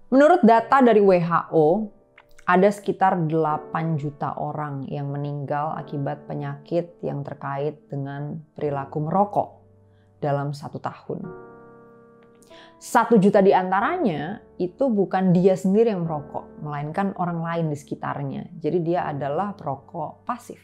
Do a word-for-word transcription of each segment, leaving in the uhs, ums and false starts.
Menurut data dari W H O, ada sekitar delapan juta orang yang meninggal akibat penyakit yang terkait dengan perilaku merokok dalam satu tahun. Satu juta di antaranya itu bukan dia sendiri yang merokok, melainkan orang lain di sekitarnya. Jadi dia adalah perokok pasif.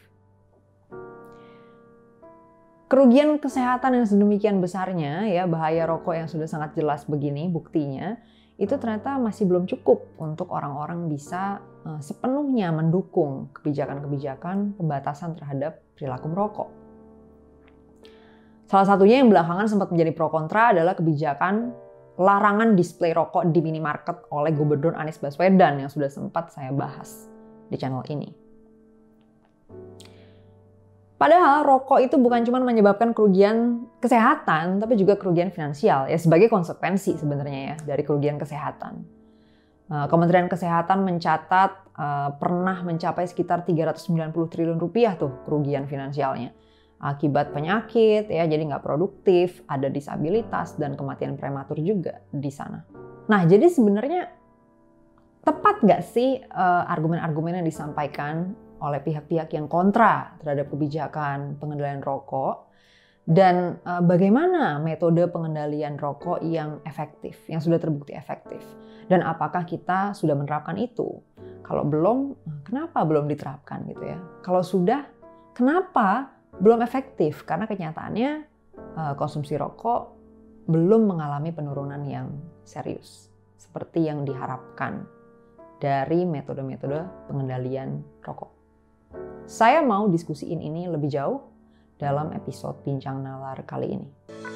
Kerugian kesehatan yang sedemikian besarnya, ya bahaya rokok yang sudah sangat jelas begini buktinya, itu ternyata masih belum cukup untuk orang-orang bisa uh, sepenuhnya mendukung kebijakan-kebijakan pembatasan terhadap perilaku merokok. Salah satunya yang belakangan sempat menjadi pro kontra adalah kebijakan larangan display rokok di minimarket oleh Gubernur Anies Baswedan yang sudah sempat saya bahas di channel ini. Padahal rokok itu bukan cuma menyebabkan kerugian kesehatan, tapi juga kerugian finansial ya sebagai konsekuensi sebenarnya ya dari kerugian kesehatan. Kementerian Kesehatan mencatat uh, pernah mencapai sekitar tiga ratus sembilan puluh triliun rupiah tuh kerugian finansialnya akibat penyakit ya, jadi nggak produktif, ada disabilitas dan kematian prematur juga di sana. Nah jadi sebenarnya tepat nggak sih uh, argumen-argumen yang disampaikan oleh pihak-pihak yang kontra terhadap kebijakan pengendalian rokok, dan uh, bagaimana metode pengendalian rokok yang efektif, yang sudah terbukti efektif, dan apakah kita sudah menerapkan itu? Kalau belum, kenapa belum diterapkan gitu ya? Kalau sudah, kenapa belum efektif? Karena kenyataannya uh, konsumsi rokok belum mengalami penurunan yang serius seperti yang diharapkan dari metode-metode pengendalian rokok. Saya mau diskusiin ini lebih jauh dalam episode Bincang Nalar kali ini.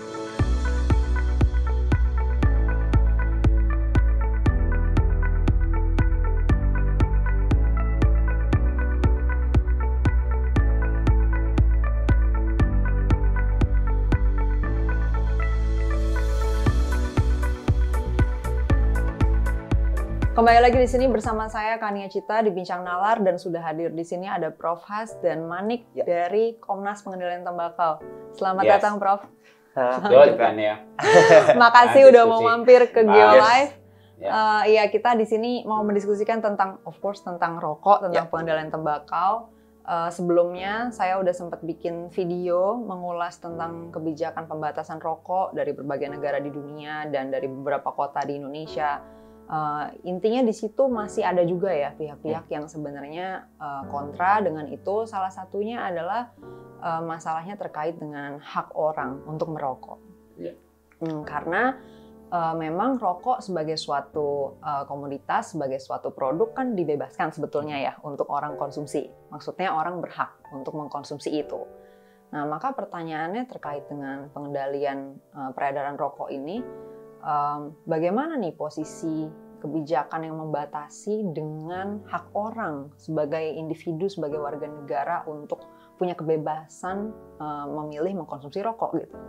Kembali lagi di sini bersama saya Kania Cita di Bincang Nalar, dan sudah hadir di sini ada Prof Has dan Manik ya, dari Komnas Pengendalian Tembakau. Selamat yes. datang Prof. Selamat Kania. Makasih udah mau mampir ke GeoLive. Ya. Uh, iya kita di sini mau mendiskusikan tentang, of course, tentang rokok, tentang ya. pengendalian tembakau. Uh, sebelumnya saya udah sempat bikin video mengulas tentang kebijakan pembatasan rokok dari berbagai negara di dunia dan dari beberapa kota di Indonesia. Uh, intinya di situ masih ada juga ya pihak-pihak yang sebenarnya uh, kontra dengan itu. Salah satunya adalah uh, masalahnya terkait dengan hak orang untuk merokok. Yeah. Hmm, karena uh, memang rokok sebagai suatu uh, komoditas, sebagai suatu produk kan dibebaskan sebetulnya ya untuk orang konsumsi. Maksudnya orang berhak untuk mengkonsumsi itu. Nah maka pertanyaannya terkait dengan pengendalian uh, peredaran rokok ini. Um, bagaimana nih posisi kebijakan yang membatasi dengan hak orang sebagai individu, sebagai warga negara untuk punya kebebasan uh, memilih mengkonsumsi rokok gitu?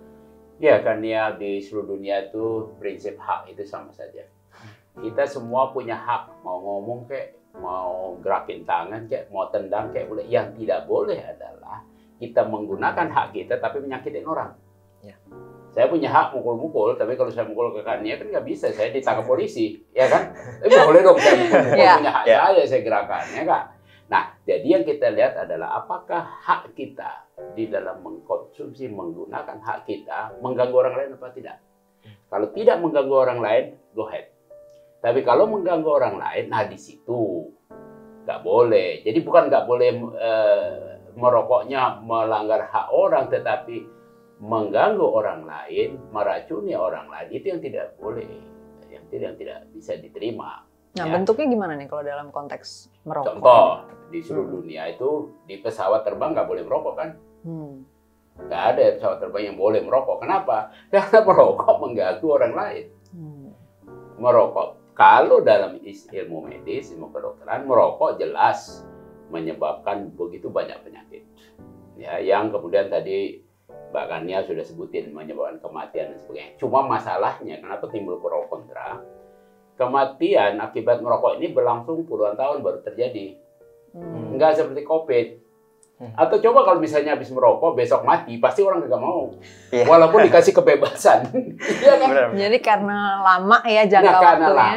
Ya kan ya, di seluruh dunia itu prinsip hak itu sama saja. Kita semua punya hak, mau ngomong kayak, mau gerakin tangan kayak, mau tendang kayak boleh. Yang tidak boleh adalah kita menggunakan hak kita tapi menyakitin orang. Ya. Saya punya hak mukul-mukul, tapi kalau saya mukul ke Kania kan nggak bisa, saya ditangkap polisi, ya kan? Eh boleh dong saya mukul-mukul, yeah. punya hak yeah. saya, saya gerakannya kan? Nah, jadi yang kita lihat adalah apakah hak kita di dalam mengkonsumsi, menggunakan hak kita, mengganggu orang lain apa tidak? Kalau tidak mengganggu orang lain, go ahead. Tapi kalau mengganggu orang lain, nah di situ nggak boleh. Jadi bukan nggak boleh uh, merokoknya melanggar hak orang, tetapi mengganggu orang lain, meracuni orang lain, itu yang tidak boleh, yang tidak, yang tidak bisa diterima. Nah, ya. Bentuknya gimana nih kalau dalam konteks merokok? Contoh, di seluruh hmm. dunia itu di pesawat terbang nggak boleh merokok kan? Hmm. Nggak ada pesawat terbang yang boleh merokok. Kenapa? Karena merokok mengganggu orang lain. Hmm. Merokok, kalau dalam ilmu medis, ilmu kedokteran, merokok jelas menyebabkan begitu banyak penyakit. Ya, yang kemudian tadi Mbak Kania sudah sebutin menyebabkan kematian dan sebagainya. Cuma masalahnya kenapa timbul pro kontra? Kematian akibat merokok ini berlangsung puluhan tahun baru terjadi. Hmm. Enggak seperti COVID. Hmm. Atau coba kalau misalnya habis merokok besok mati, pasti orang nggak mau. Yeah. Walaupun dikasih kebebasan. Iya kan? Jadi karena lama ya jangka nah, karena waktunya. lama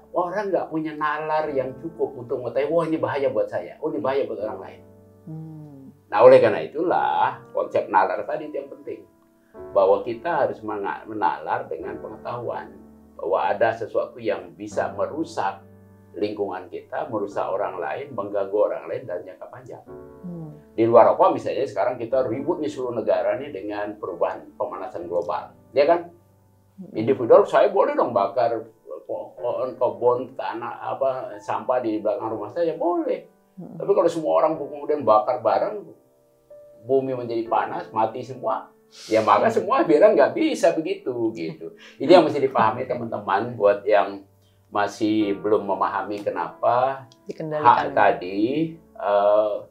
orang nggak punya nalar yang cukup untuk mengetahui, wah ini bahaya buat saya, oh ini bahaya buat orang lain. Hmm. Nah oleh karena itulah konsep nalar tadi itu yang penting. Bahwa kita harus menalar dengan pengetahuan. Bahwa ada sesuatu yang bisa merusak lingkungan kita, merusak orang lain, mengganggu orang lain dan jangka panjang. Hmm. Di luar rokok misalnya sekarang kita ribut nih seluruh negara nih dengan perubahan pemanasan global. Ya kan? Individual saya boleh dong bakar pohon, kebun, tanah, apa sampah di belakang rumah saya boleh. Hmm. Tapi kalau semua orang kemudian bakar bareng, bumi menjadi panas, mati semua, ya maka semua biar nggak bisa begitu gitu. Ini yang mesti dipahami teman-teman buat yang masih belum memahami kenapa hak tadi uh,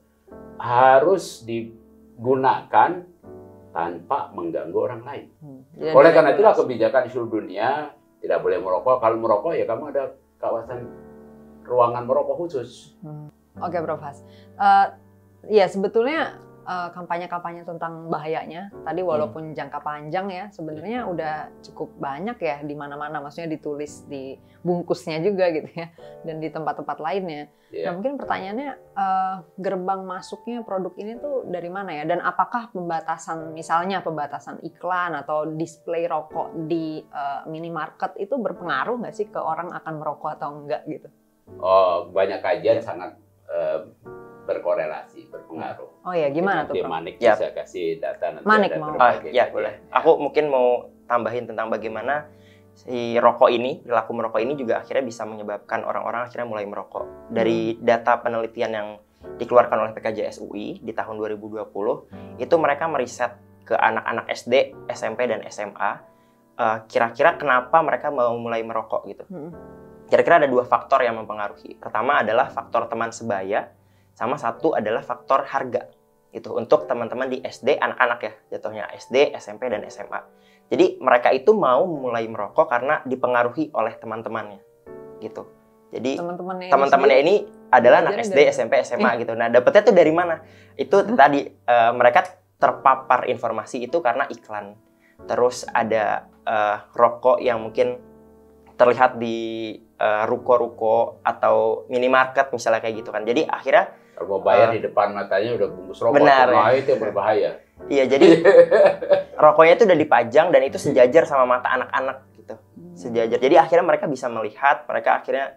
harus digunakan tanpa mengganggu orang lain. Hmm. Oleh karena itulah kebijakan di seluruh dunia tidak boleh merokok. Kalau merokok ya kamu ada kawasan ruangan merokok khusus. Hmm. Oke, Prof Has. Uh, ya sebetulnya uh, kampanye-kampanye tentang bahayanya tadi walaupun hmm. jangka panjang ya sebenarnya udah cukup banyak ya di mana-mana. Maksudnya ditulis di bungkusnya juga gitu ya dan di tempat-tempat lainnya. Yeah. Nah mungkin pertanyaannya uh, gerbang masuknya produk ini tuh dari mana ya? Dan apakah pembatasan misalnya pembatasan iklan atau display rokok di uh, minimarket itu berpengaruh nggak sih ke orang akan merokok atau enggak gitu? Oh banyak kajian yeah. sangat uh, berkorelasi, berpengaruh. Oh ya gimana tuh? Manik ya. Bisa kasih data nanti. Manik mau. Ah, ya boleh. Aku mungkin mau tambahin tentang bagaimana si rokok ini, perilaku merokok ini juga akhirnya bisa menyebabkan orang-orang akhirnya mulai merokok. Dari data penelitian yang dikeluarkan oleh P K J S U I di tahun dua ribu dua puluh, itu mereka meriset ke anak-anak S D, S M P, dan S M A, uh, kira-kira kenapa mereka mau mulai merokok gitu. Kira-kira ada dua faktor yang mempengaruhi. Pertama adalah faktor teman sebaya, sama satu adalah faktor harga. Itu untuk teman-teman di S D, anak-anak ya, jatuhnya S D, S M P, dan S M A. Jadi mereka itu mau mulai merokok karena dipengaruhi oleh teman-temannya, gitu. Jadi teman-temannya, teman-temannya ini adalah anak S D, S M P, S M A gitu. Nah dapetnya tuh dari mana? Itu hmm. tadi uh, mereka terpapar informasi itu karena iklan. Terus ada uh, rokok yang mungkin terlihat di uh, ruko-ruko atau minimarket misalnya kayak gitu kan. Jadi akhirnya kalau mau bayar uh, di depan matanya udah bungkus rokok. Benar. Nah, itu yang berbahaya. Iya, jadi rokoknya itu udah dipajang dan itu sejajar sama mata anak-anak gitu. Sejajar. Jadi akhirnya mereka bisa melihat, mereka akhirnya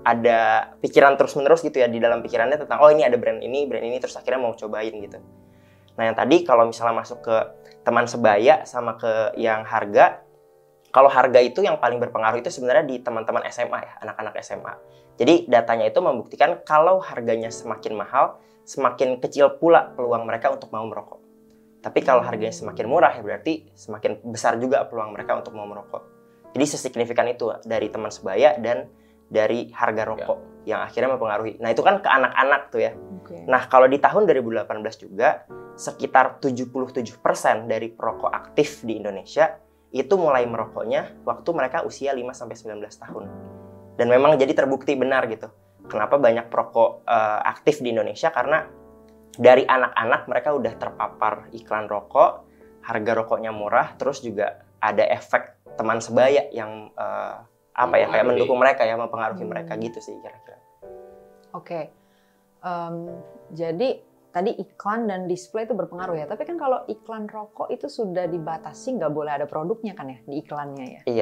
ada pikiran terus-menerus gitu ya di dalam pikirannya tentang oh ini ada brand ini, brand ini, terus akhirnya mau cobain gitu. Nah, yang tadi kalau misalnya masuk ke teman sebaya sama ke yang harga, kalau harga itu yang paling berpengaruh itu sebenarnya di teman-teman S M A ya, anak-anak S M A. Jadi datanya itu membuktikan kalau harganya semakin mahal, semakin kecil pula peluang mereka untuk mau merokok. Tapi kalau harganya semakin murah ya berarti semakin besar juga peluang mereka untuk mau merokok. Jadi sesignifikan itu dari teman sebaya dan dari harga rokok ya. Yang akhirnya mempengaruhi. Nah itu kan ke anak-anak tuh ya. Okay. Nah kalau di tahun dua ribu delapan belas juga sekitar tujuh puluh tujuh persen dari perokok aktif di Indonesia itu mulai merokoknya waktu mereka usia lima sampai sembilan belas tahun. Dan memang jadi terbukti benar gitu. Kenapa banyak perokok uh, aktif di Indonesia? Karena dari anak-anak mereka udah terpapar iklan rokok, harga rokoknya murah, terus juga ada efek teman sebaya yang uh, apa ya kayak mendukung mereka ya, mempengaruhi hmm. mereka gitu sih kira-kira. Oke, okay. um, jadi tadi iklan dan display itu berpengaruh ya. Tapi kan kalau iklan rokok itu sudah dibatasi, nggak boleh ada produknya kan ya di iklannya ya. Iya.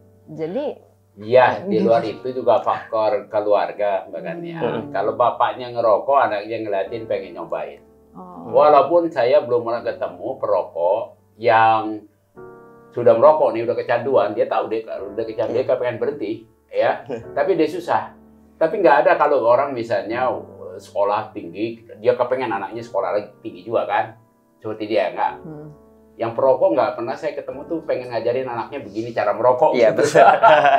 Jadi iya, di luar itu juga faktor keluarga, Mbak Kania. Hmm. Kalau bapaknya ngerokok, anaknya ngeliatin pengen nyobain. Oh. Walaupun saya belum pernah ketemu perokok yang sudah merokok nih, udah kecanduan, dia tahu deh kalau udah kecanduan, dia pengen berhenti, ya. Tapi dia susah. Tapi nggak ada kalau orang misalnya sekolah tinggi, dia kepengen anaknya sekolah lagi tinggi juga kan, seperti dia nggak. Hmm. Yang perokok nggak pernah saya ketemu tuh pengen ngajarin anaknya begini cara merokok. Iya gitu. betul.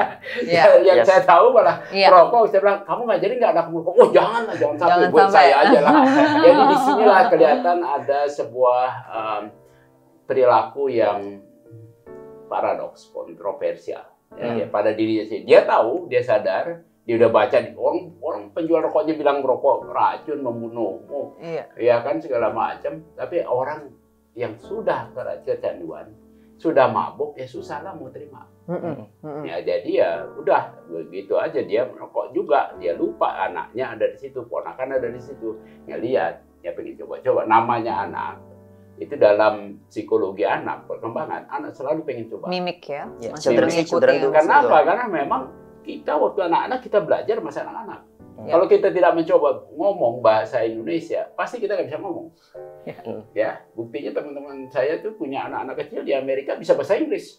Yang yes. saya tahu malah yeah. perokok, saya bilang kamu ngajarin nggak anak merokok? Oh jangan lah, jangan sampai, jangan buat sampai. saya aja lah. Jadi di sinilah kelihatan ada sebuah um, perilaku yang paradoks, kontroversial. Ya, hmm. ya, pada dirinya sih. Dia tahu, dia sadar, dia udah baca di orang orang penjual rokoknya bilang rokok racun, membunuh, oh, iya. ya kan segala macam. Tapi orang yang sudah kecanduan, sudah mabuk, ya susah lah mau terima. Mm-mm. Mm-mm. Ya, jadi ya udah begitu aja, dia merokok juga, dia lupa anaknya ada di situ, ponakan ada di situ, ngelihat, ya pengen coba-coba. Namanya anak itu dalam psikologi anak, perkembangan anak selalu pengen coba. Mimik ya, Ya, masih children- mengikuti children ya. do- Karena Betul. apa? Karena memang kita waktu anak-anak kita belajar masa anak-anak. Ya. Kalau kita tidak mencoba ngomong bahasa Indonesia, pasti kita nggak bisa ngomong. Ya. Ya, buktinya teman-teman saya tuh punya anak-anak kecil di Amerika bisa bahasa Inggris.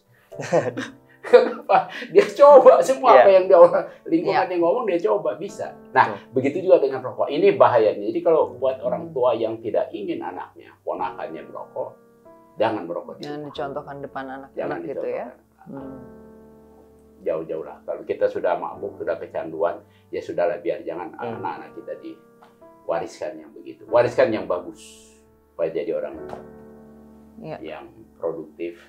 Kenapa? Dia coba semua Ya. apa yang dia orang lingkungan Ya. yang ngomong dia coba bisa. Nah, begitu juga dengan rokok. Ini bahayanya. Jadi kalau buat orang tua yang tidak ingin anaknya, ponakannya merokok, jangan merokok di Jangan rumah. dicontohkan depan Jangan anak-anak gitu ya. dicontohkan. Hmm. Jauh-jauh lah. Kalau kita sudah mabuk, sudah kecanduan, ya sudahlah, biar jangan Hmm. anak-anak kita diwariskan yang begitu. Wariskan yang bagus supaya jadi orang Iya. yang produktif,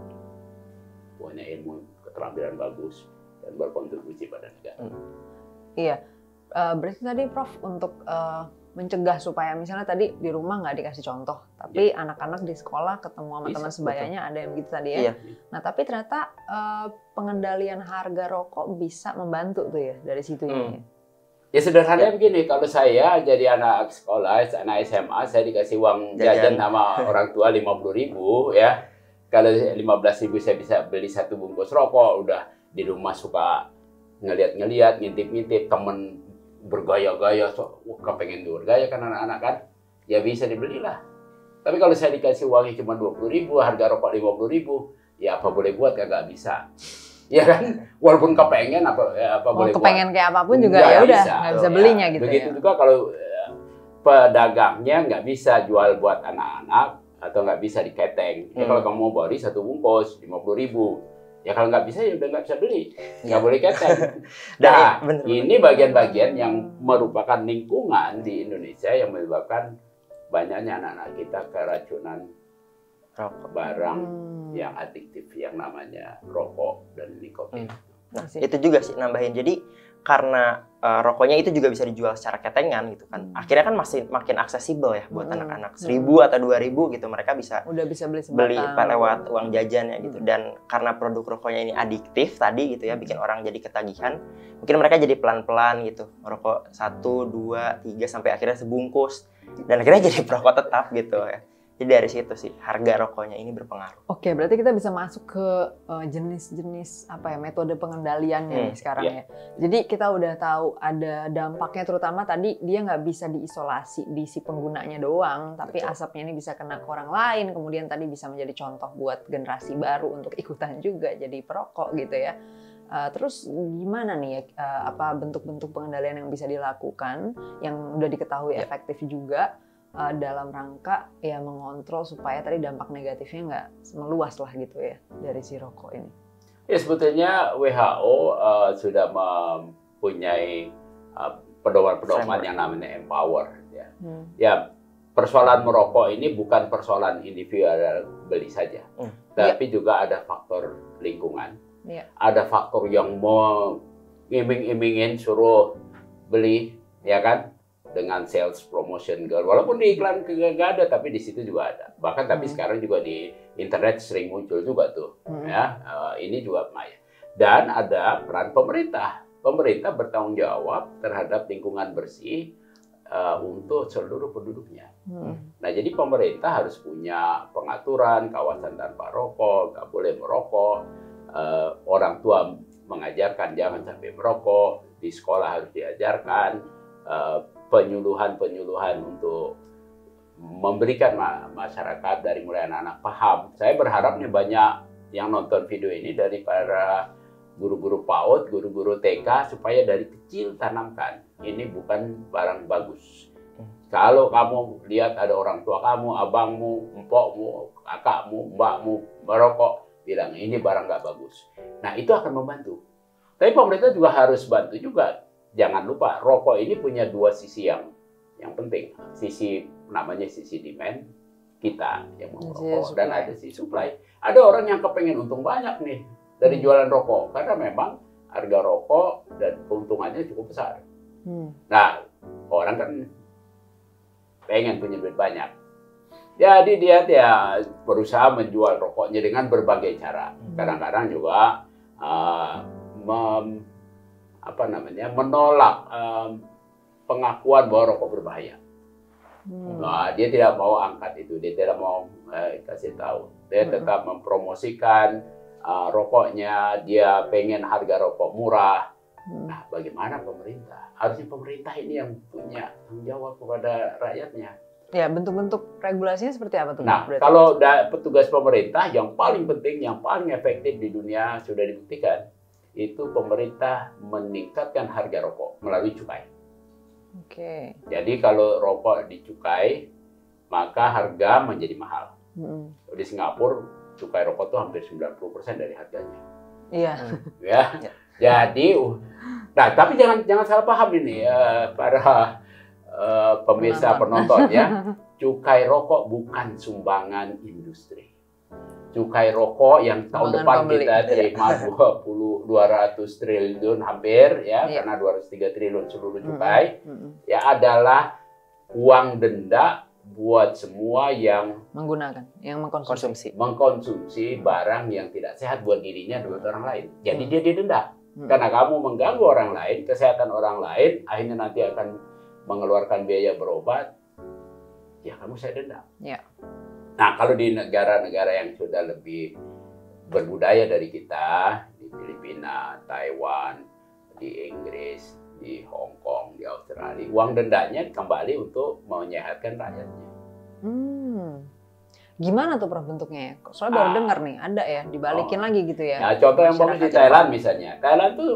punya ilmu, keterampilan bagus, dan berkontribusi pada negara. Iya. Eh, berarti tadi Prof untuk eh, mencegah supaya misalnya tadi di rumah nggak dikasih contoh, tapi anak-anak di sekolah ketemu sama Bisa, teman sebayanya ada yang gitu tadi ya. Iya. Nah tapi ternyata eh, pengendalian harga rokok bisa membantu tuh ya dari situ Hmm. ya. Ya sederhananya begini, kalau saya jadi anak sekolah, anak S M A, saya dikasih uang Jajan. jajan sama orang tua lima puluh ribu ya. Kalau lima belas ribu saya bisa beli satu bungkus rokok, udah di rumah suka ngeliat-ngeliat, ngintip-ngintip, temen bergaya-gaya, so, wah kepengen bergaya kan anak-anak kan, ya bisa dibelilah. Tapi kalau saya dikasih uangnya cuma dua puluh ribu, harga rokok lima puluh ribu, ya apa boleh buat, kagak bisa. Ya kan, walaupun kepengen apa ya, apa Mau boleh kepengen buat. kayak apapun juga Nggak ya udah bisa. nggak bisa Ya, belinya gitu begitu ya. juga kalau eh, pedagangnya nggak bisa jual buat anak-anak atau nggak bisa diketeng. Ya Hmm. kalau kamu mau beli satu bungkus lima puluh ribu, ya kalau nggak bisa ya udah nggak bisa beli, nggak Ya. boleh keteng. Dan Nah, bener, bener. ini bagian-bagian yang merupakan lingkungan di Indonesia yang menyebabkan banyaknya anak-anak kita keracunan Rokok. barang Hmm. yang adiktif yang namanya rokok dan nikotin. Nah, Sih. itu juga sih nambahin. Jadi karena uh, rokoknya itu juga bisa dijual secara ketengan gitu kan. Hmm. Akhirnya kan masih makin aksesibel ya buat Hmm. anak-anak. Seribu atau dua ribu gitu mereka bisa Udah bisa beli beli sebatang. lewat uang jajan ya gitu. Hmm. Dan karena produk rokoknya ini adiktif tadi gitu ya, bikin orang jadi ketagihan. Mungkin mereka jadi pelan-pelan gitu. Merokok satu, dua, tiga sampai akhirnya sebungkus. Dan akhirnya jadi perokok tetap gitu ya. Jadi dari situ sih harga rokoknya ini berpengaruh. Oke, berarti kita bisa masuk ke uh, jenis-jenis apa ya, metode pengendaliannya Hmm, nih sekarang iya. ya. Jadi kita udah tahu ada dampaknya, terutama tadi dia nggak bisa diisolasi di si penggunanya doang, tapi Betul. asapnya ini bisa kena ke orang lain, kemudian tadi bisa menjadi contoh buat generasi baru untuk ikutan juga jadi perokok gitu ya. Uh, terus gimana nih ya, uh, apa bentuk-bentuk pengendalian yang bisa dilakukan yang udah diketahui Ya. efektif juga uh, dalam rangka ya mengontrol supaya tadi dampak negatifnya nggak meluas lah gitu ya dari si rokok ini. Ya sebetulnya W H O uh, sudah mempunyai uh, pedoman-pedoman Framework. yang namanya empower. Ya. Hmm. ya persoalan merokok ini bukan persoalan individual beli saja, Hmm. tapi juga ada faktor lingkungan, Iya. ada faktor yang mau iming-imingin suruh beli, ya kan? Dengan sales promotion girl, walaupun di iklan nggak ada, tapi di situ juga ada. Bahkan tapi Hmm. sekarang juga di internet sering muncul juga tuh, Hmm. ya. Uh, ini juga maya. Dan ada peran pemerintah. Pemerintah bertanggung jawab terhadap lingkungan bersih uh, untuk seluruh penduduknya. Hmm. Nah, jadi pemerintah harus punya pengaturan kawasan tanpa rokok, nggak boleh merokok. Uh, orang tua mengajarkan jangan sampai merokok. Di sekolah harus diajarkan. Uh, penyuluhan-penyuluhan untuk memberikan ma masyarakat dari mulai anak-anak paham. Saya berharap nih banyak yang nonton video ini dari para guru-guru PAUD, guru-guru T K, supaya dari kecil tanamkan ini bukan barang bagus. Kalau kamu lihat ada orang tua kamu, abangmu, empokmu, kakakmu, mbakmu merokok, bilang ini barang nggak bagus. Nah itu akan membantu. Tapi pemerintah juga harus bantu juga. Jangan lupa, rokok ini punya dua sisi yang yang penting. Sisi namanya sisi demand kita yang mau Sisi rokok, dan supply. ada sisi supply. Ada orang yang kepengen untung banyak nih dari Hmm. jualan rokok, karena memang harga rokok dan keuntungannya cukup besar. Hmm. Nah, orang kan pengen punya duit banyak. Jadi dia dia berusaha menjual rokoknya dengan berbagai cara. Hmm. Kadang-kadang juga uh, mem, apa namanya menolak um, pengakuan bahwa rokok berbahaya. Hmm. Nah, dia tidak mau angkat itu, dia tidak mau eh, kasih tahu. Dia hmm. tetap mempromosikan uh, rokoknya, dia pengen harga rokok murah. Hmm. Nah, bagaimana pemerintah? Harusnya pemerintah ini yang punya tanggung jawab kepada rakyatnya. Ya, bentuk-bentuk regulasinya seperti apa tuh? Nah, berarti? Kalau da, petugas pemerintah yang paling penting, yang paling efektif di dunia sudah dibuktikan, itu pemerintah meningkatkan harga rokok melalui cukai. Oke. Jadi kalau rokok dicukai, maka harga menjadi mahal. Hmm. Di Singapura, cukai rokok itu hampir sembilan puluh persen dari harganya. Iya. Ya. Jadi, nah tapi jangan jangan salah paham ini uh, para uh, pemirsa penonton, penonton ya. Cukai rokok bukan sumbangan industri. Cukai rokok yang tahun Sumbangan depan pembeli. Kita terima dua ratus triliun hampir ya, yeah. karena dua ratus tiga triliun seluruh cukai, mm -hmm. ya adalah uang denda buat semua yang menggunakan, yang mengkonsumsi, mengkonsumsi barang yang tidak sehat buat dirinya dan buat orang lain. Jadi mm. dia didenda mm. karena kamu mengganggu orang lain, kesehatan orang lain, akhirnya nanti akan mengeluarkan biaya berobat, ya kamu saya denda. Yeah. Nah, kalau di negara-negara yang sudah lebih berbudaya dari kita, di Filipina, Taiwan, di Inggris, di Hong Kong, di Australia, uang dendanya kembali untuk menyehatkan rakyatnya. Hmm. Gimana tuh Prof bentuknya ya? Soalnya baru ah. dengar nih, ada ya, dibalikin oh. lagi gitu ya. Nah, contoh yang bagus di Thailand misalnya. Thailand tuh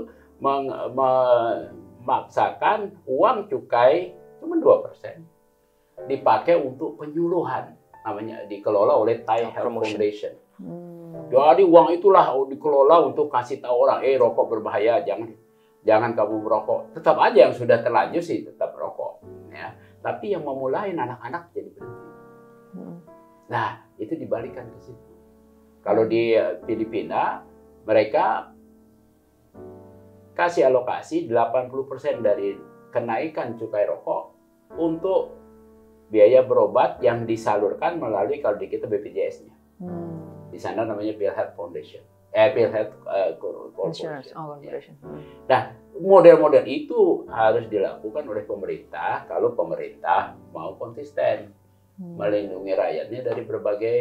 memaksakan uang cukai cuma dua persen dipakai untuk penyuluhan. Namanya dikelola oleh Thai Health Foundation. Hmm. Jadi uang itulah dikelola untuk kasih tahu orang, eh rokok berbahaya, jangan jangan kamu merokok. Tetap aja yang sudah terlanjur sih tetap rokok, ya. Tapi yang memulai anak-anak jadi berhenti. Hmm. Nah, itu dibalikan ke situ. Kalau di Filipina, mereka kasih alokasi delapan puluh persen dari kenaikan cukai rokok untuk biaya berobat yang disalurkan melalui kalau di kita B P J S-nya. Hmm. Di sana namanya PhilHealth Foundation. Eh, PhilHealth uh, Corporation. Oh, Corporation. Hmm. Nah, model-model itu harus dilakukan oleh pemerintah kalau pemerintah mau konsisten hmm. melindungi rakyatnya dari berbagai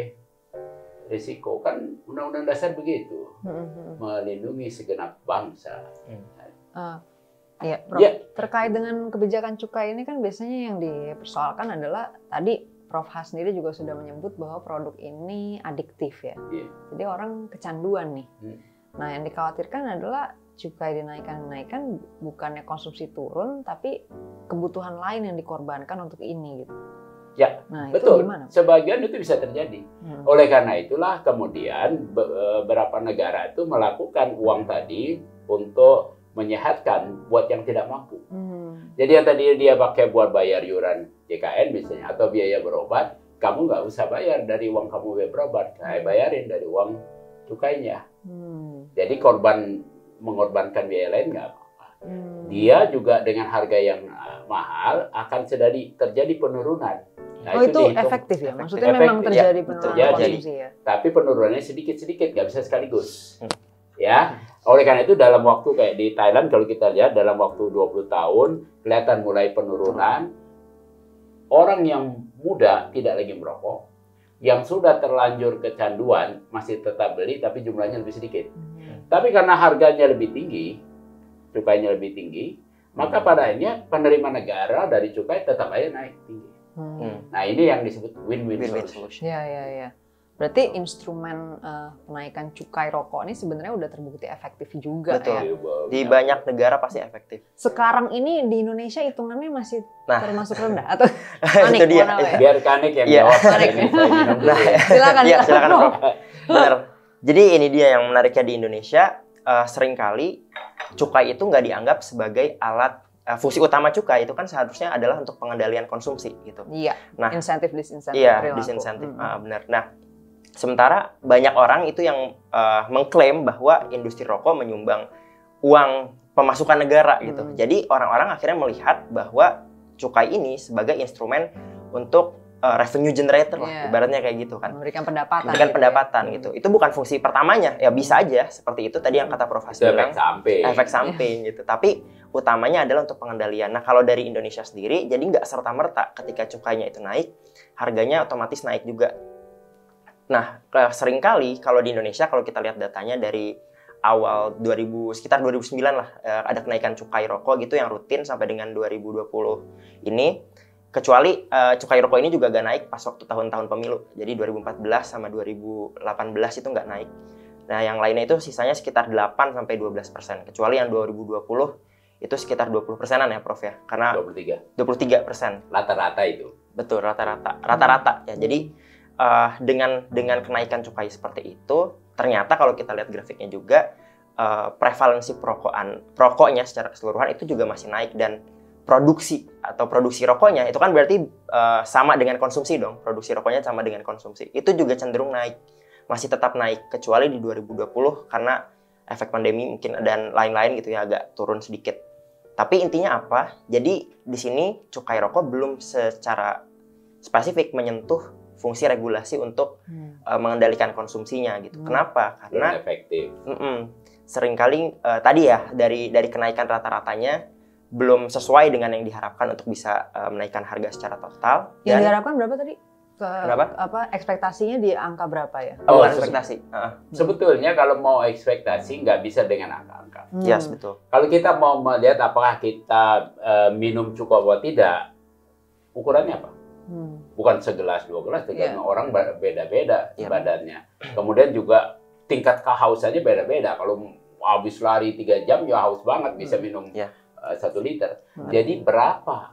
risiko. Kan Undang-Undang Dasar begitu. Hmm. Melindungi segenap bangsa. Hmm. Uh. Iya, Prof. Ya. Terkait dengan kebijakan cukai ini kan biasanya yang dipersoalkan adalah tadi Prof Has sendiri juga sudah menyebut bahwa produk ini adiktif ya. Ya. Jadi orang kecanduan nih. Hmm. Nah, yang dikhawatirkan adalah cukai dinaikkan-naikkan bukannya konsumsi turun, tapi kebutuhan lain yang dikorbankan untuk ini gitu. Ya, nah, betul. Itu gimana? Sebagian itu bisa terjadi. Hmm. Oleh karena itulah kemudian beberapa negara itu melakukan uang tadi untuk menyehatkan buat yang tidak mampu. Hmm. Jadi yang tadi dia pakai buat bayar iuran J K N misalnya atau biaya berobat, kamu nggak usah bayar dari uang kamu biaya berobat, kayak bayarin dari uang cukainya. Hmm. Jadi korban mengorbankan biaya lain nggak apa-apa. Hmm. Dia juga dengan harga yang mahal akan terjadi terjadi penurunan. Nah, oh itu, itu efektif ya? Maksudnya efektif, memang terjadi ya, penurunan terjadi. Konsumsi ya? Tapi penurunannya sedikit-sedikit, nggak bisa sekaligus. Hmm. Ya, oleh karena itu dalam waktu kayak di Thailand kalau kita lihat dalam waktu dua puluh tahun kelihatan mulai penurunan. Orang yang muda tidak lagi merokok, yang sudah terlanjur kecanduan masih tetap beli tapi jumlahnya lebih sedikit. Hmm. Tapi karena harganya lebih tinggi, cukainya lebih tinggi, hmm. maka pada akhirnya penerima negara dari cukai tetap aja naik tinggi. Hmm. Nah, ini yang disebut win-win solution. Ya, ya, ya. Berarti instrumen uh, penaikan cukai rokok ini sebenarnya udah terbukti efektif juga. Betul. Ya. Di banyak negara pasti efektif. Sekarang ini di Indonesia hitungannya masih nah. termasuk rendah atau panik? Itu dia. Ya. Biar Kanik yang ya. jawab. Panik. Nah, silakan, ya, silakan Prof. Benar. Jadi ini dia yang menariknya di Indonesia, uh, seringkali cukai itu nggak dianggap sebagai alat uh, fungsi utama cukai itu kan seharusnya adalah untuk pengendalian konsumsi gitu. Iya. Nah, insentif disinsentif. Iya, disinsentif. Hmm. Uh, benar. Nah, sementara banyak orang itu yang uh, mengklaim bahwa industri rokok menyumbang uang pemasukan negara gitu. Hmm. Jadi orang-orang akhirnya melihat bahwa cukai ini sebagai instrumen untuk uh, revenue generator lah, Yeah. ibaratnya kayak gitu kan. Memberikan pendapatan. Memberikan gitu pendapatan ya. gitu. Itu bukan fungsi pertamanya, ya bisa aja seperti itu tadi yang kata Prof Has Itu bilang. efek samping. Efek samping gitu. Tapi utamanya adalah untuk pengendalian. Nah kalau dari Indonesia sendiri, jadi nggak serta merta ketika cukainya itu naik, harganya otomatis naik juga. Nah seringkali kalau di Indonesia kalau kita lihat datanya dari awal dua ribu sekitar dua ribu sembilan lah eh, ada kenaikan cukai rokok gitu yang rutin sampai dengan dua ribu dua puluh ini. Kecuali uh, cukai rokok ini juga gak naik pas waktu tahun-tahun pemilu. Jadi dua ribu empat belas sama dua ribu delapan belas itu nggak naik. Nah, yang lainnya itu sisanya sekitar delapan sampai dua belas persen. Kecuali yang dua ribu dua puluh itu sekitar dua puluh persenan ya, Prof ya. Karena dua puluh tiga. dua puluh tiga persen. Rata-rata itu. Betul, rata-rata. Rata-rata ya. Jadi uh, dengan dengan kenaikan cukai seperti itu, ternyata kalau kita lihat grafiknya juga uh, prevalensi perokokan perokoknya secara keseluruhan itu juga masih naik, dan produksi atau produksi rokoknya itu kan berarti uh, sama dengan konsumsi dong. Produksi rokoknya sama dengan konsumsi. Itu juga cenderung naik. Masih tetap naik kecuali di dua ribu dua puluh karena efek pandemi mungkin dan lain-lain gitu ya, agak turun sedikit. Tapi intinya apa? Jadi di sini cukai rokok belum secara spesifik menyentuh fungsi regulasi untuk Hmm. uh, mengendalikan konsumsinya gitu. Hmm. Kenapa? Karena Belum efektif. mm-mm, seringkali uh, tadi ya dari dari kenaikan rata-ratanya belum sesuai dengan yang diharapkan untuk bisa uh, menaikkan harga secara total. Yang Dan- diharapkan berapa tadi? Ke, Kenapa? Apa ekspektasinya di angka berapa ya? Oh, Oh, bukan se- ekspektasi. Heeh. Sebetulnya kalau mau ekspektasi nggak bisa dengan angka-angka. Hmm. Yes, betul. Kalau kita mau melihat apakah kita eh, minum cukup atau tidak, ukurannya apa? Hmm. Bukan segelas dua gelas, tergantung orang ba- beda-beda Iya. badannya. Kemudian juga tingkat kehausannya beda-beda. Kalau habis lari tiga jam ya haus banget bisa minum Iya. eh, satu liter. Hmm. Jadi berapa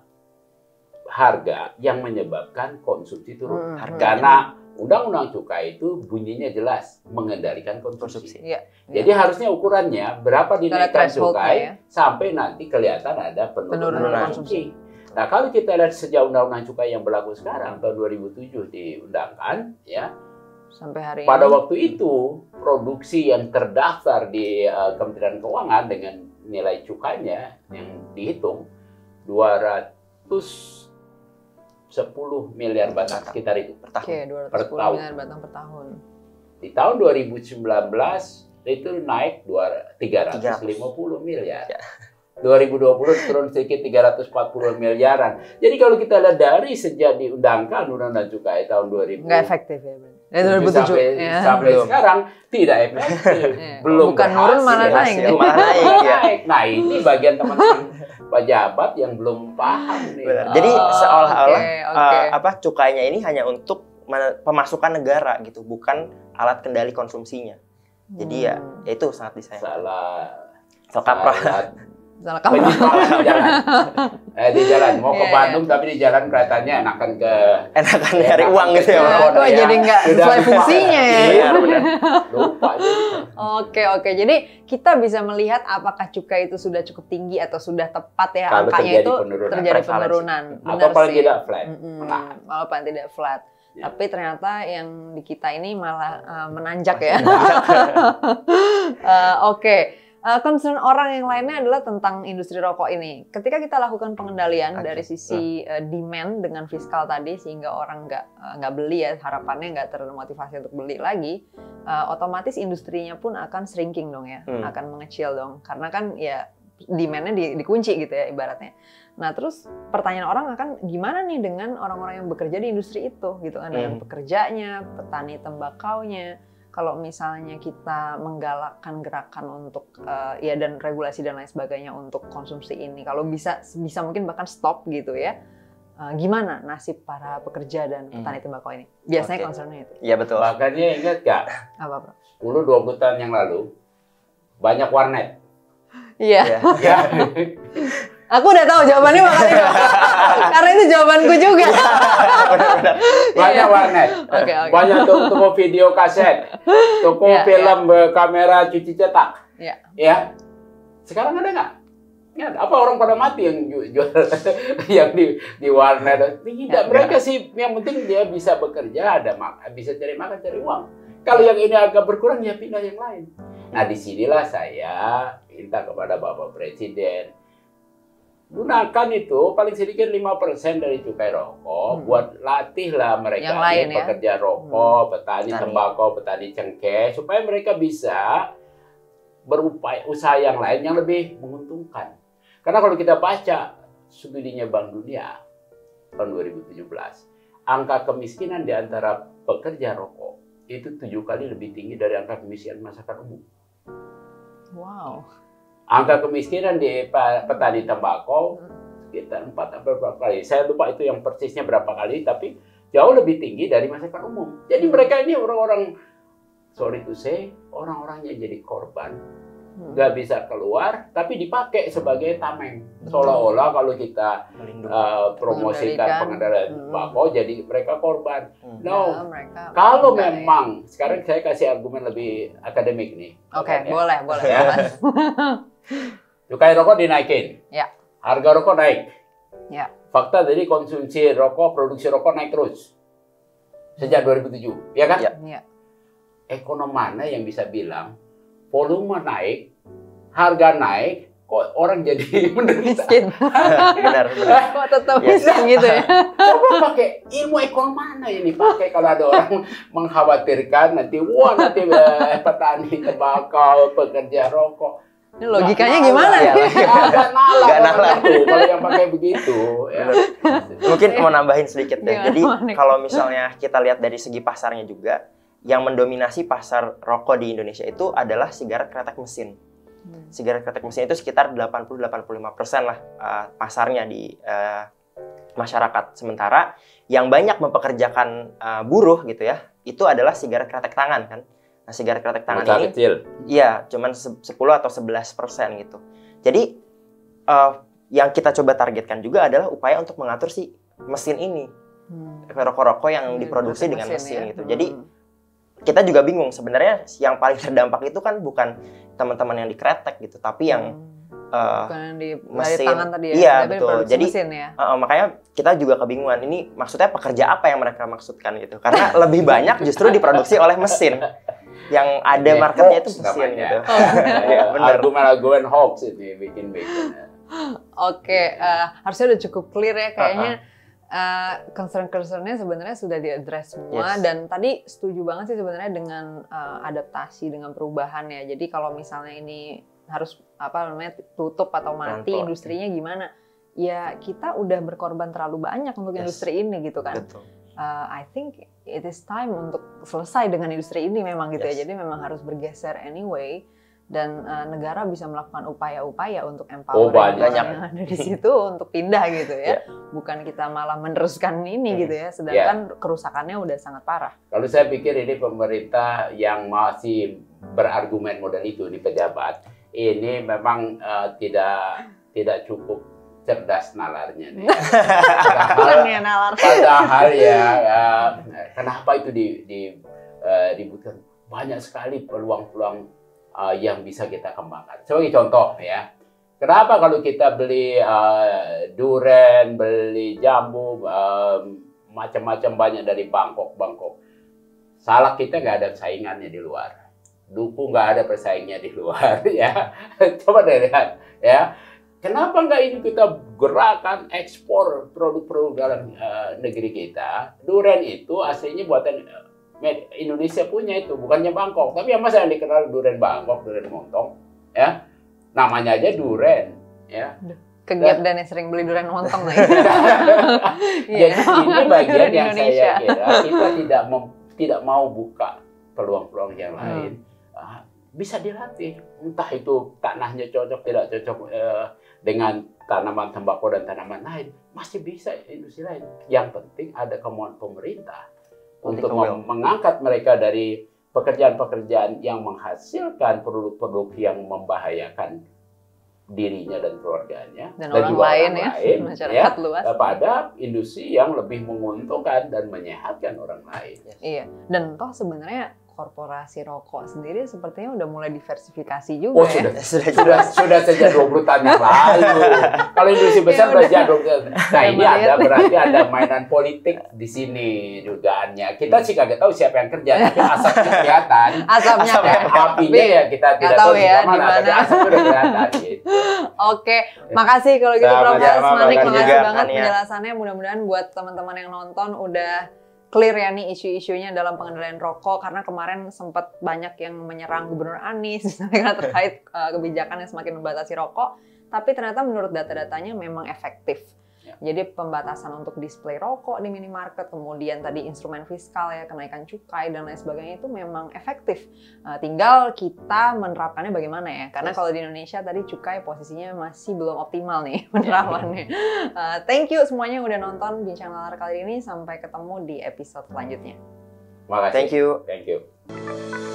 harga yang menyebabkan konsumsi turun? Hmm. Harga. Karena Undang-Undang Cukai itu bunyinya jelas mengendalikan Konsumsi. konsumsi. Iya. Jadi harusnya ukurannya berapa dinaikkan threshold-nya cukai ya. sampai nanti kelihatan ada penurunan Penurunan konsumsi. Nah, kalau kita lihat sejak Undang-Undang Cukai yang berlaku sekarang tahun dua ribu tujuh diundangkan, ya, Sampai hari pada ini. waktu itu produksi yang terdaftar di uh, Kementerian Keuangan dengan nilai cukainya yang dihitung dua ratus sepuluh miliar batang sekitar itu Per tahun. Oke, dua ratus per sepuluh tahun. miliar batang per tahun. Di tahun dua ribu sembilan belas itu naik tiga ratus lima puluh miliar. Ya. dua ribu dua puluh turun sedikit tiga ratus empat puluh miliaran. Jadi kalau kita lihat dari sejak diundangkan Undang-Undang Cukai tahun dua ribu Nggak efektif ya, Bang? Dari dua ribu tujuh. sampai, Ya. sampai Belum. sekarang tidak efektif. Iya. Belum Bukan nurun, berhasil. malah naik. Hasil malah naik ya. Naik. Nah, ini bagian teman-teman pejabat yang belum paham nih. Benar. Jadi Oh, seolah-olah oke, uh, oke. apa cukainya ini hanya untuk men- pemasukan negara gitu, bukan alat kendali konsumsinya. Jadi ya, Hmm. ya itu sangat disayangkan. Salah. Salah kaprah. salah Salah kamu. penyimpangan di jalan. Eh, di jalan mau ke Iya, Bandung tapi di jalan kelihatannya enakan ke Enakan nyari uang gitu ya, Iya. Bang. Kok Ya. jadi nggak Udah sesuai lupa. fungsinya ya? Iya, benar. lupa jadi. Oke, oke. Jadi kita bisa melihat apakah cukai itu sudah cukup tinggi atau sudah tepat ya Kalau angkanya terjadi itu penurunan. terjadi Prevalensi. penurunan. Atau Benar paling sih. tidak flat. Mm-mm. Nah. Malah paling tidak flat. Ya. Tapi ternyata yang di kita ini malah uh, menanjak ya. Uh, Oke. Uh, concern orang yang lainnya adalah tentang industri rokok ini. Ketika kita lakukan pengendalian Oke. dari sisi uh, demand dengan fiskal tadi, sehingga orang nggak uh, nggak beli ya, harapannya nggak termotivasi untuk beli lagi, uh, otomatis industrinya pun akan shrinking dong ya, Hmm. akan mengecil dong. Karena kan ya demand-nya di- dikunci gitu ya ibaratnya. Nah terus pertanyaan orang akan gimana nih dengan orang-orang yang bekerja di industri itu gitu kan, dengan Hmm. pekerjanya, petani tembakaunya. Kalau misalnya kita menggalakkan gerakan untuk uh, ya dan regulasi dan lain sebagainya untuk konsumsi ini, kalau bisa bisa mungkin bahkan stop gitu ya, uh, gimana nasib para pekerja dan petani tembakau ini? Biasanya Oke. concernnya itu Iya betul. Makanya ingat gak, apa bro? sepuluh dua puluh tahun yang lalu banyak warnet. Iya, Iya. Ya. aku udah tahu jawabannya makanya karena itu jawabanku juga. Benar-benar. Banyak warnet. Oke, oke. Banyak toko, toko video kaset, toko Iya, film kamera cuci cetak. Iya. Ya. Sekarang ada nggak? Nggak ada. Apa orang pada mati yang ju- jual yang di di warnet? Tidak. Ya, Mereka sih yang penting dia bisa bekerja, ada makan, bisa cari makan, cari uang. Kalau yang ini agak berkurang ya pindah yang lain. Nah disinilah saya minta kepada Bapak Presiden gunakan itu paling sedikit lima persen dari cukai rokok Hmm. buat latihlah mereka Yang lain, ini, ya? pekerja rokok, petani Petani. tembakau, petani cengkeh, supaya mereka bisa berupaya usaha yang lain yang lebih menguntungkan. Karena kalau kita baca studinya Bank Dunia tahun dua ribu tujuh belas, angka kemiskinan di antara pekerja rokok itu tujuh kali lebih tinggi dari angka kemiskinan masyarakat umum. Wow. Angka kemiskinan di pa- petani tembakau sekitar empat atau berapa kali. Saya lupa itu yang persisnya berapa kali, tapi jauh lebih tinggi dari masyarakat umum. Jadi mereka ini orang-orang, sorry to say, orang-orang yang jadi korban, Hmm. nggak bisa keluar, tapi dipakai sebagai tameng. Seolah-olah kalau kita Melindungi. uh, promosikan Mengendalikan. pengendalian Hmm. tembakau, jadi mereka korban. Hmm. No, Ya, mereka kalau enggak, ya. memang, sekarang saya kasih argumen lebih akademik nih. Oke, Ya. boleh, boleh. Ya. Mas. Cukai rokok dinaikin. Ya. Harga rokok naik. Ya. Fakta dari konsumsi rokok, produksi rokok naik terus. Sejak dua ribu tujuh. Ya kan? Ya. Ya. Ekonom mana yang bisa bilang volume naik, harga naik, kok orang jadi menderita? Miskin. Benar, benar. Kok tetap Ya. miskin gitu ya? Coba pakai ilmu ekonom mana ini pakai kalau ada orang mengkhawatirkan nanti wah nanti eh, petani tembakau, pekerja rokok. Ini logikanya Nggak gimana nalar. nih? Nggak nalar. Nggak orang nalar. itu, kalau yang pakai begitu. Ya. Mungkin mau nambahin sedikit deh. Gimana, Jadi Monik? kalau misalnya kita lihat dari segi pasarnya juga, yang mendominasi pasar rokok di Indonesia itu adalah sigaret kretek mesin. Hmm. Sigaret kretek mesin itu sekitar delapan puluh sampai delapan puluh lima persen lah uh, pasarnya di uh, masyarakat. Sementara yang banyak mempekerjakan uh, buruh gitu ya, itu adalah sigaret kretek tangan kan. Nah, sigaret kretek tangan Masa ini kecil. iya, cuman se- sepuluh atau sebelas persen gitu. Jadi uh, yang kita coba targetkan juga adalah upaya untuk mengatur si mesin ini, Hmm. rokok-rokok yang Hmm, diproduksi dengan mesin mesin ya. gitu. Hmm. Jadi kita juga bingung sebenarnya yang paling terdampak itu kan bukan teman-teman yang dikretek gitu, tapi yang Hmm. uh, bukan yang di dari mesin. tangan tadi ya, Iya, tapi betul. produksi Jadi, mesin ya. uh, uh, makanya kita juga kebingungan ini maksudnya pekerja apa yang mereka maksudkan gitu. Karena lebih banyak justru diproduksi oleh mesin. Yang ada Ini marketnya itu hoax mesin namanya. gitu. Oh. Iya, benar. Argumen-argumen hoax ini bikin-bikin. Oke, eh, harusnya udah cukup clear ya kayaknya. eh, concern-concernnya sebenarnya sudah diadres semua. Yes. Dan tadi setuju banget sih sebenarnya dengan eh, adaptasi, dengan perubahan ya. Jadi kalau misalnya ini harus apa namanya tutup atau mati Pelan-pelan. industrinya gimana? Ya kita udah berkorban terlalu banyak untuk Yes. industri ini gitu kan. Betul. Uh, I think it is time untuk selesai dengan industri ini memang gitu Yes. ya. Jadi memang harus bergeser anyway. Dan uh, negara bisa melakukan upaya-upaya untuk Oh, empowering banyak. orang yang ada di situ untuk pindah gitu ya. Yeah. Bukan kita malah meneruskan ini Hmm. gitu ya. Sedangkan kerusakannya udah sangat parah. Kalau saya pikir ini pemerintah yang masih berargumen model itu di pejabat, ini memang eh, tidak tidak cukup cerdas nalarnya nih. Keren Padahal, ya nalar. padahal ya, ya, kenapa itu di, di, eh, dibutuhkan banyak sekali peluang-peluang eh, yang bisa kita kembangkan. Sebagai contoh ya, kenapa kalau kita beli eh, durian, beli jambu, eh, macam-macam banyak dari Bangkok, Bangkok. Salak kita nggak ada saingannya di luar. Duku nggak ada persaingnya di luar ya. Coba deh lihat ya. Kenapa nggak ini kita gerakan ekspor produk-produk dalam uh, negeri kita? Durian itu aslinya buatan uh, Indonesia punya itu, bukannya Bangkok. Tapi yang masa yang dikenal durian Bangkok, durian montong, ya namanya aja durian, ya. Kegiat dan yang sering beli durian montong lah. Jadi ini bagian Di yang Indonesia. saya kira kita tidak mem, tidak mau buka peluang-peluang yang lain. Uh, bisa dilatih, entah itu tanahnya cocok tidak cocok uh, dengan tanaman tembakau dan tanaman lain, masih bisa industri lain. Yang penting ada kemauan pemerintah untuk mem- mengangkat mereka dari pekerjaan-pekerjaan yang menghasilkan produk-produk yang membahayakan dirinya dan keluarganya Dan orang juga lain orang ya, lain, masyarakat luas. pada industri yang lebih menguntungkan dan menyehatkan orang lain. Iya, dan toh sebenarnya korporasi rokok sendiri sepertinya udah mulai diversifikasi juga Oh, ya. sudah, sudah, sudah, sudah sejak dua puluh tahun yang lalu. Kalau industri besar Ya, sudah sejak dua puluh tahun. Nah, Ya, ini melihat. ada berarti ada mainan politik di sini dugaannya. Kita sih kagak tahu siapa yang kerja, tapi asapnya kelihatan. Asapnya Asapnya kan. Apinya ya kita nggak tidak tahu tahu ya di mana, di tapi mana. asapnya udah kelihatan gitu. Oke, makasih kalau gitu Sama-sama, Profes Manik, makasih makasih juga, banget Ania. penjelasannya. Mudah-mudahan buat teman-teman yang nonton udah clear ya nih isu-isunya dalam pengendalian rokok, karena kemarin sempat banyak yang menyerang Gubernur Anies karena terkait uh, kebijakan yang semakin membatasi rokok, tapi ternyata menurut data-datanya memang efektif. Ya. Jadi pembatasan untuk display rokok di minimarket, kemudian tadi instrumen fiskal ya, kenaikan cukai dan lain sebagainya itu memang efektif. Uh, tinggal kita menerapkannya bagaimana ya, karena Yes. kalau di Indonesia tadi cukai posisinya masih belum optimal nih penerapannya. Uh, thank you semuanya yang udah nonton Bincang Nalar kali ini, sampai ketemu di episode selanjutnya. Makasih. Thank you. Thank you.